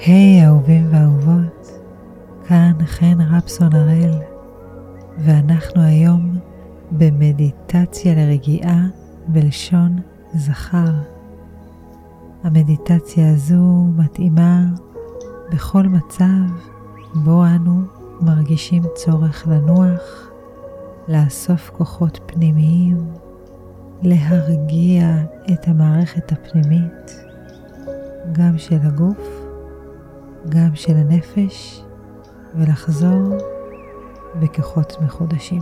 היי אהובים ואהובות, כאן חן רפסון הראל, ואנחנו היום במדיטציה לרגיעה בלשון זכר. המדיטציה הזו מתאימה בכל מצב בו אנו מרגישים צורך לנוח, לאסוף כוחות פנימיים, להרגיע את המערכת הפנימית, גם של הגוף, גם של הנפש, ולחזור בכוחות מחודשים.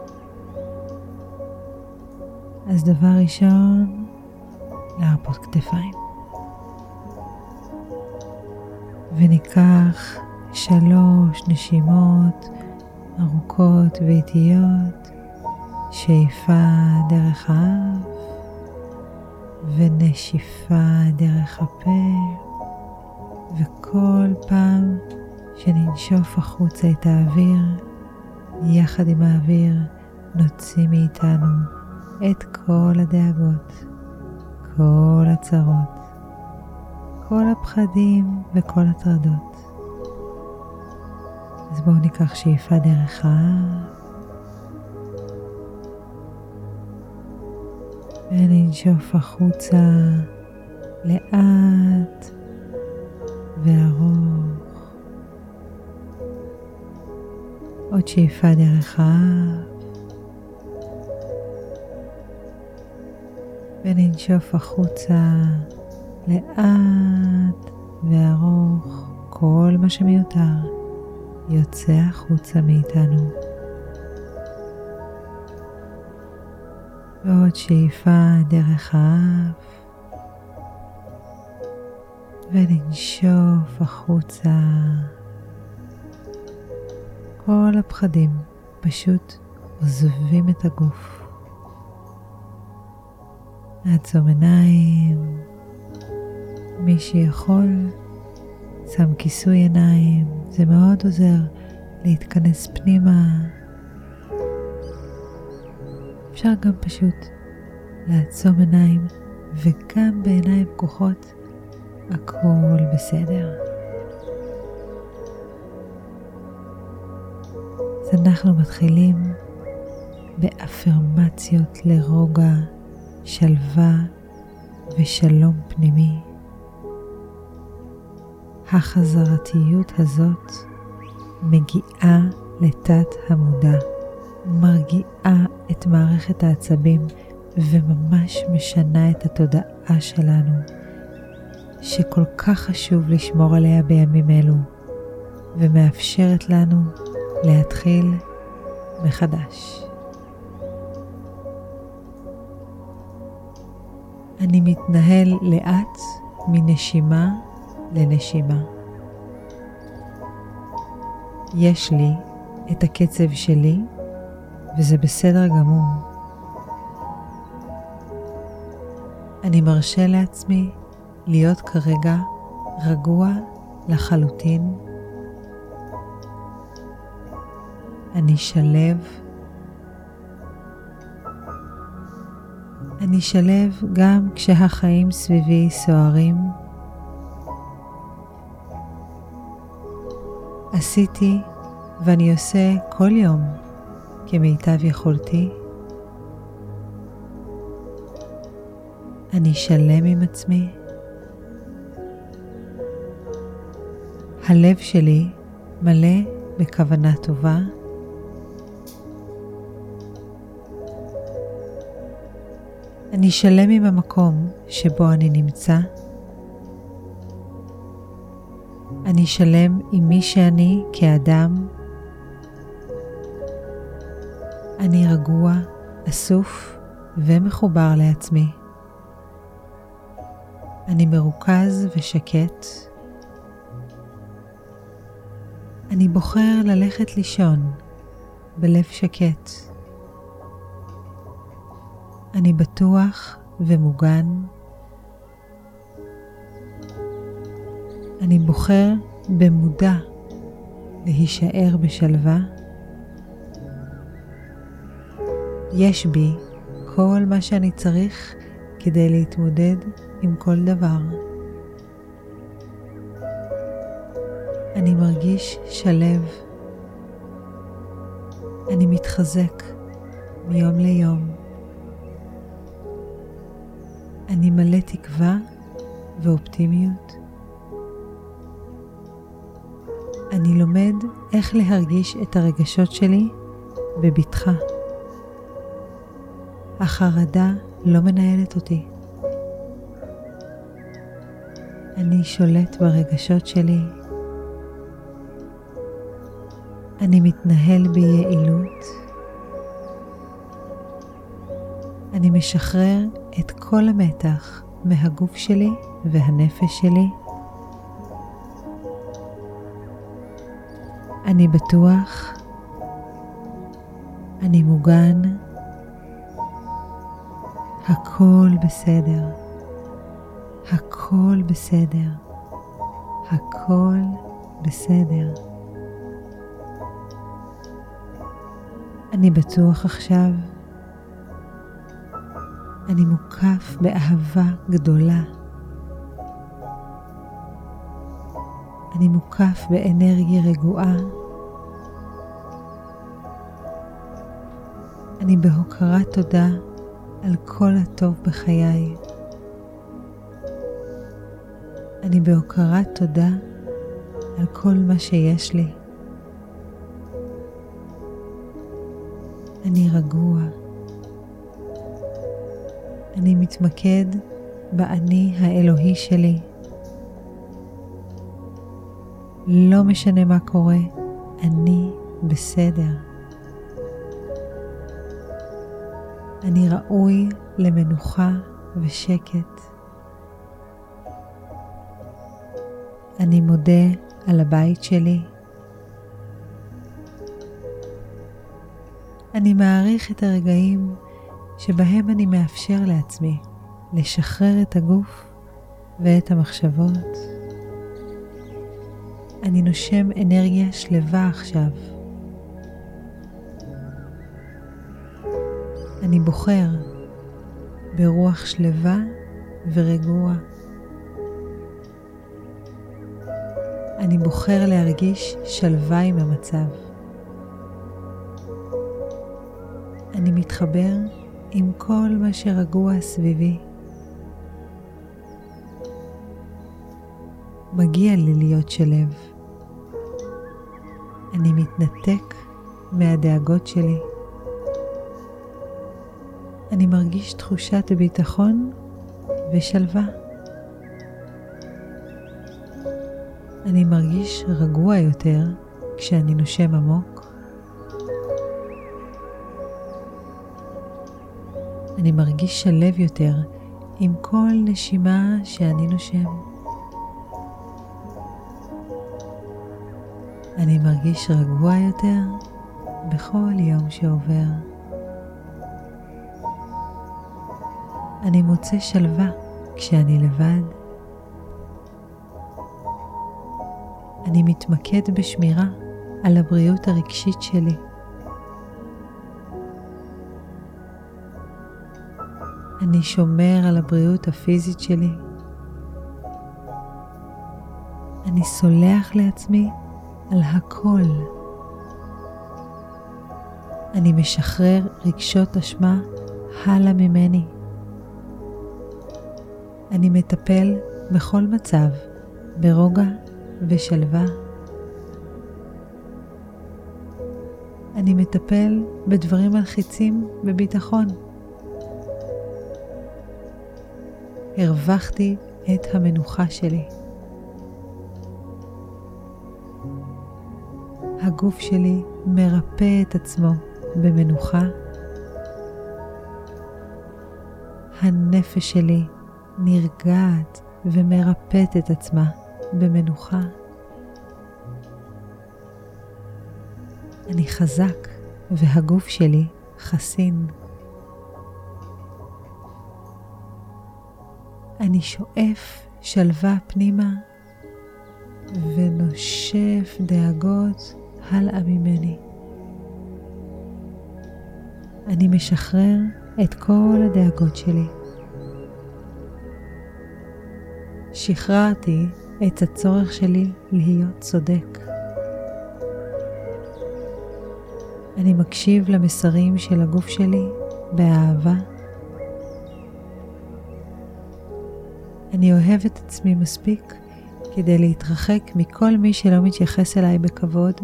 אז דבר ראשון, להרפות כתפיים. וניקח 3 נשימות ארוכות ואיטיות, שאיפה דרך האף ונשיפה דרך הפה, וכל פעם שננשוף החוצה את האוויר, יחד עם האוויר נוציא מאיתנו את כל הדאגות, כל הצרות, כל הפחדים וכל הטרדות. אז בואו ניקח שאיפה דרך האף וננשוף החוצה לאט וארוך. עוד שאיפה דרך האף וננשוף החוצה לאט וארוך. כל מה שמיותר יוצא החוצה מאיתנו. ועוד שאיפה דרך האף וננשוף החוצה. כל הפחדים פשוט עוזבים את הגוף. נעצום עיניים. מי שיכול שם כיסוי עיניים, זה מאוד עוזר להתכנס פנימה. אפשר גם פשוט לעצום עיניים, וגם בעיניים פקוחות הכל בסדר. אז אנחנו מתחילים באפרמציות לרוגע, שלווה ושלום פנימי. החזרתיות הזאת מגיעה לתת המודע, מרגיעה את מערכת העצבים וממש משנה את התודעה שלנו, שכל כך חשוב לשמור עליה בימים אלו, ומאפשרת לנו להתחיל מחדש. אני מתנהל לאט מנשימה לנשימה. יש לי את הקצב שלי, וזה בסדר גמור. אני מרשה לעצמי להיות כרגע רגוע לחלוטין. אני שלב. אני שלב גם כשהחיים סביבי סוערים. עשיתי ואני עושה כל יום כמיטב יכולתי. אני שלם עם עצמי. הלב שלי מלא בכוונה טובה. אני שלם עם המקום שבו אני נמצא. אני שלם עם מי שאני כאדם. אני רגוע, אסוף ומחובר לעצמי. אני מרוכז ושקט. אני בוחר ללכת לישון בלב שקט. אני בטוח ומוגן. אני בוחר במודע להישאר בשלווה. יש בי כל מה שאני צריך כדי להתמודד עם כל דבר. אני מרגיש שלב. אני מתחזק מיום ליום. אני מלא תקווה ואופטימיות. אני לומד איך להרגיש את הרגשות שלי בבטחה. החרדה לא מנהלת אותי. אני שולט ברגשות שלי. אני מתנהל ביעילות. אני משחרר את כל המתח מהגוף שלי והנפש שלי. אני בטוח. אני מוגן. הכל בסדר. הכל בסדר. הכל בסדר. אני בטוח עכשיו. אני מוקף באהבה גדולה. אני מוקף באנרגיה רגועה. אני בהוקרת תודה על כל הטוב בחיי. אני בהוקרת תודה על כל מה שיש לי. אני רגוע. אני מתמקד באני האלוהי שלי. לא משנה מה קורה, אני בסדר. אני ראוי למנוחה ושקט. אני מודה על הבית שלי. אני מעריך את הרגעים שבהם אני מאפשר לעצמי לשחרר את הגוף ואת המחשבות. אני נושם אנרגיה שלווה עכשיו. אני בוחר ברוח שלווה ורגוע. אני בוחר להרגיש שלווה עם המצב. אני מתחבר עם כל מה שרגוע סביבי. מגיע לי להיות שלב. אני מתנתק מהדאגות שלי. אני מרגיש תחושת ביטחון ושלווה. אני מרגיש רגוע יותר כשאני נושם עמוק. אני מרגיש שלב יותר עם כל נשימה שאני נושם. אני מרגיש רגוע יותר בכל יום שעובר. אני מוצא שלווה כשאני לבד. אני מתמקד בשמירה על הבריאות הרגשית שלי. אני שומר על הבריאות הפיזית שלי. אני סולח לעצמי על הכל. אני משחרר רגשות אשמה הלאה ממני. אני מטפל בכל מצב ברוגע ושלווה. אני מטפל בדברים מלחיצים בביטחון. הרווחתי את המנוחה שלי. הגוף שלי מרפא את עצמו במנוחה. הנפש שלי נרגעת ומרפאת את עצמה במנוחה. אני חזק והגוף שלי חסין. אני שואף שלווה פנימה ונושף דאגות הלאה ממני. אני משחרר את כל הדאגות שלי. שחררתי את הצורך שלי להיות צודק. אני מקשיב למסרים של הגוף שלי באהבה. אני אוהב את עצמי מספיק כדי להתרחק מכל מי שלא מתייחס אליי בכבוד.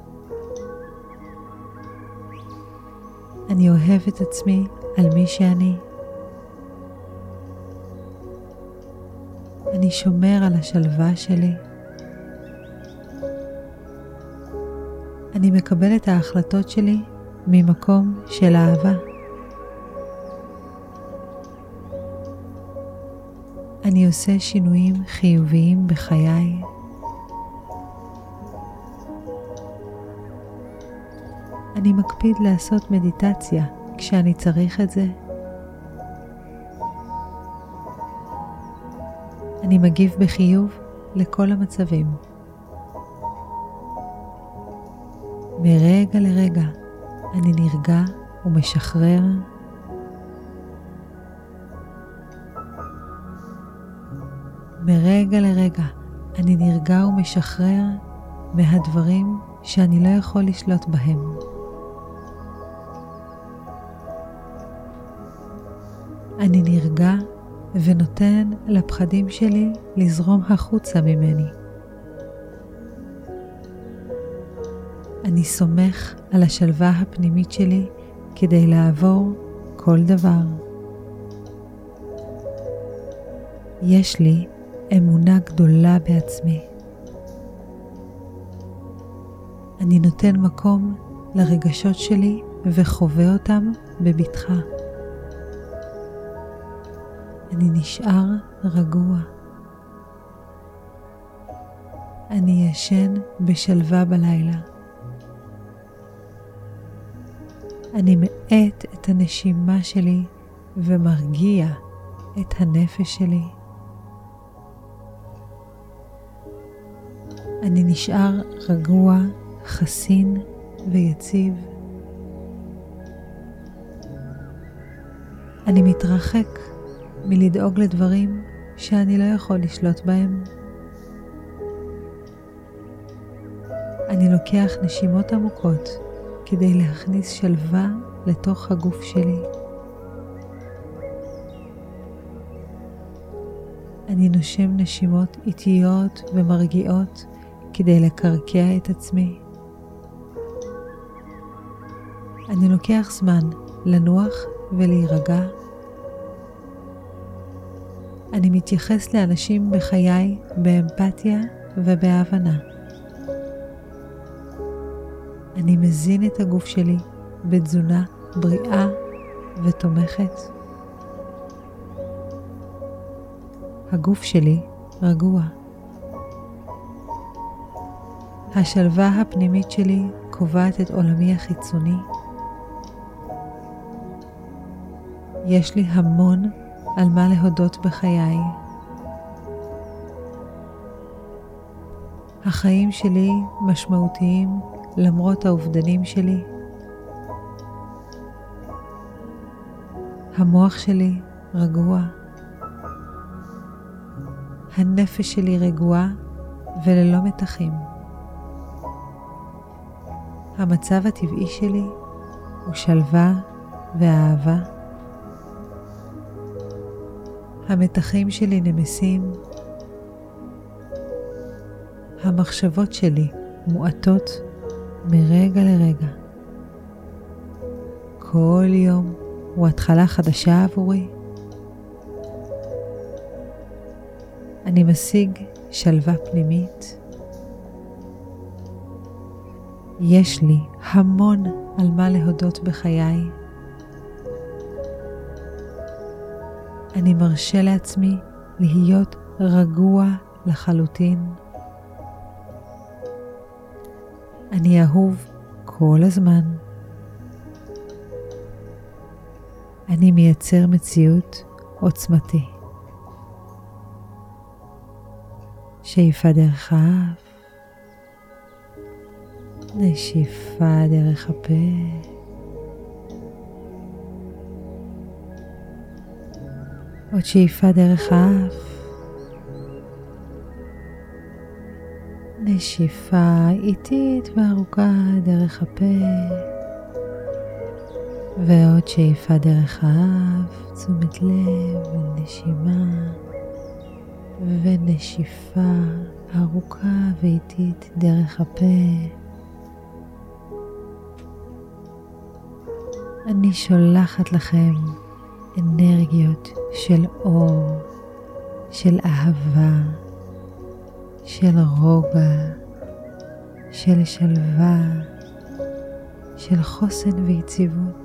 אני אוהב את עצמי על מי שאני. אני שומר על השלווה שלי. אני מקבל את ההחלטות שלי ממקום של אהבה. אני עושה שינויים חיוביים בחיי. אני מקפיד לעשות מדיטציה כשאני צריך את זה. אני מגיב בחיוב לכל המצבים. מרגע לרגע אני נרגע ומשחרר. מרגע לרגע אני נרגע ומשחרר מהדברים שאני לא יכול לשלוט בהם. אני נרגע ונותן לפחדים שלי לזרום החוצה ממני. אני סומך על השלווה הפנימית שלי כדי לעבור כל דבר. יש לי אמונה גדולה בעצמי. אני נותן מקום לרגשות שלי וחווה אותם בבטחה. אני נשאר רגוע. אני ישן בשלווה בלילה. אני מאט את הנשימה שלי ומרגיע את הנפש שלי. אני נשאר רגוע, חסין ויציב. אני מתרחק מלדאוג לדברים שאני לא יכול לשלוט בהם. אני לוקח נשימות עמוקות כדי להכניס שלווה לתוך הגוף שלי. אני נושם נשימות איטיות ומרגיעות כדי לקרקע את עצמי. אני לוקח זמן לנוח ולהירגע. אני מתייחס לאנשים בחיי באמפתיה ובהבנה. אני מזין את הגוף שלי בתזונה בריאה ותומכת. הגוף שלי רגוע. השלווה הפנימית שלי קובעת את עולמי החיצוני. יש לי המון על מה להודות בחיי. החיים שלי משמעותיים למרות האובדנים שלי. המוח שלי רגוע. הנפש שלי רגועה וללא מתחים. המצב הטבעי שלי הוא שלווה ואהבה. המתחים שלי נמסים. המחשבות שלי מועטות מרגע לרגע. כל יום הוא התחלה חדשה עבורי. אני משיג שלווה פנימית. יש לי המון על מה להודות בחיי. אני מרשה לעצמי להיות רגוע לחלוטין. אני אהוב כל הזמן. אני מייצר מציאות עוצמתי. שאיפה דרך האף, נשיפה דרך הפה. עוד שאיפה דרך האף, נשיפה איטית וארוכה דרך הפה, ועוד שאיפה דרך האף, תשומת לב ונשימה, ונשיפה ארוכה ואיטית דרך הפה. אני שולחת לכם אנרגיות של אור, של אהבה, של רוגע, של שלווה, של חוסן ויציבות.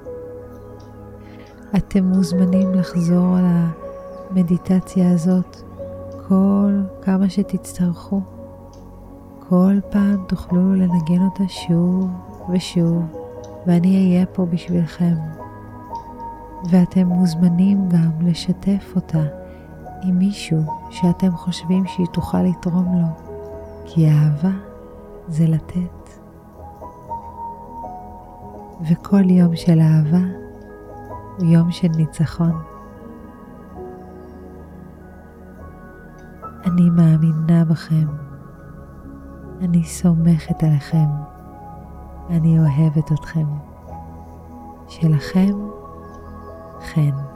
אתם מוזמנים לחזור על המדיטציה הזאת כל כמה שתצטרכו. כל פעם תוכלו לנגן אותה שוב ושוב, ואני אהיה פה בשבילכם. ואתם מוזמנים גם לשתף אותה עם מישהו שאתם חושבים שהיא תוכל לתרום לו, כי אהבה זה לתת. וכל יום של אהבה הוא יום של ניצחון. אני מאמינה בכם. אני סומכת עליכם. אני אוהבת אתכם. שלכם, חן.